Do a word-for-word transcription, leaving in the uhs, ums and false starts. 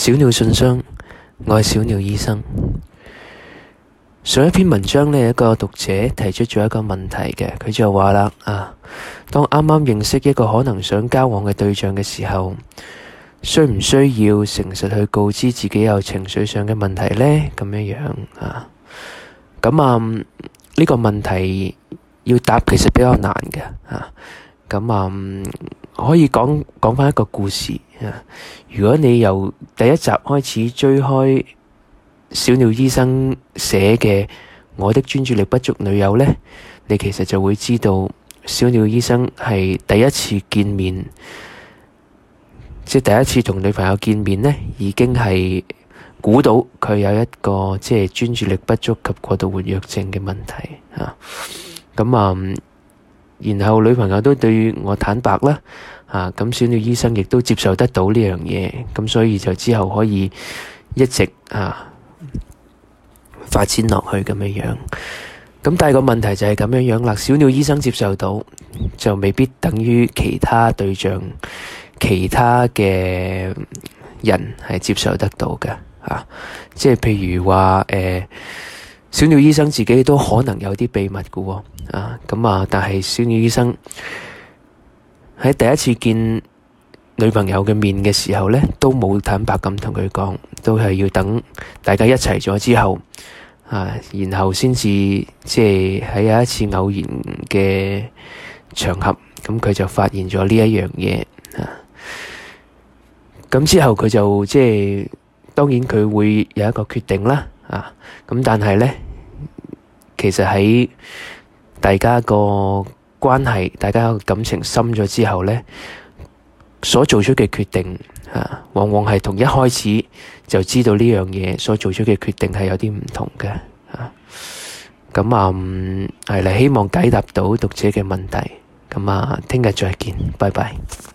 小鳥信箱，我係小鳥醫生。上一篇文章呢，一個讀者提出咗一個問題嘅，佢就話啦啊，當啱啱認識一個可能想交往嘅對象嘅時候，需唔需要誠實去告知自己有情緒上嘅問題呢？咁樣樣啊，咁啊呢個問題要答其實比較難嘅啊。咁啊、嗯，可以講講返一個故事啊。如果你由第一集開始追開小鳥醫生寫嘅《我的專注力不足女友》呢，你其實就會知道小鳥醫生係第一次見面，即係第一次同女朋友見面呢，已經係估到佢有一個即係專注力不足及過度活躍症嘅問題啊。咁啊。嗯然後女朋友都對我坦白啦，啊，咁小鳥醫生亦都接受得到呢樣嘢，咁所以就之後可以一直啊發展落去咁樣樣。咁但係個問題就係咁樣樣啦，小鳥醫生接受到，就未必等於其他對象、其他嘅人係接受得到嘅，啊，即係譬如話誒。呃小鳥醫生自己都可能有啲秘密嘅喎，啊，咁啊，但係小鳥醫生喺第一次見女朋友嘅面嘅時候咧，都冇坦白咁同佢講，都係要等大家一齊咗之後，啊，然後先至即係喺有一次偶然嘅場合，咁佢就發現咗呢一樣嘢，啊，咁之後佢就即係當然佢會有一個決定啦。啊，咁但係咧，其實喺大家個關係、大家個感情深咗之後咧，所做出嘅決定啊，往往係同一開始就知道呢樣嘢所做出嘅決定係有啲唔同嘅啊。咁啊，係啦，希望解答到讀者嘅問題。咁啊，聽日再見，拜拜。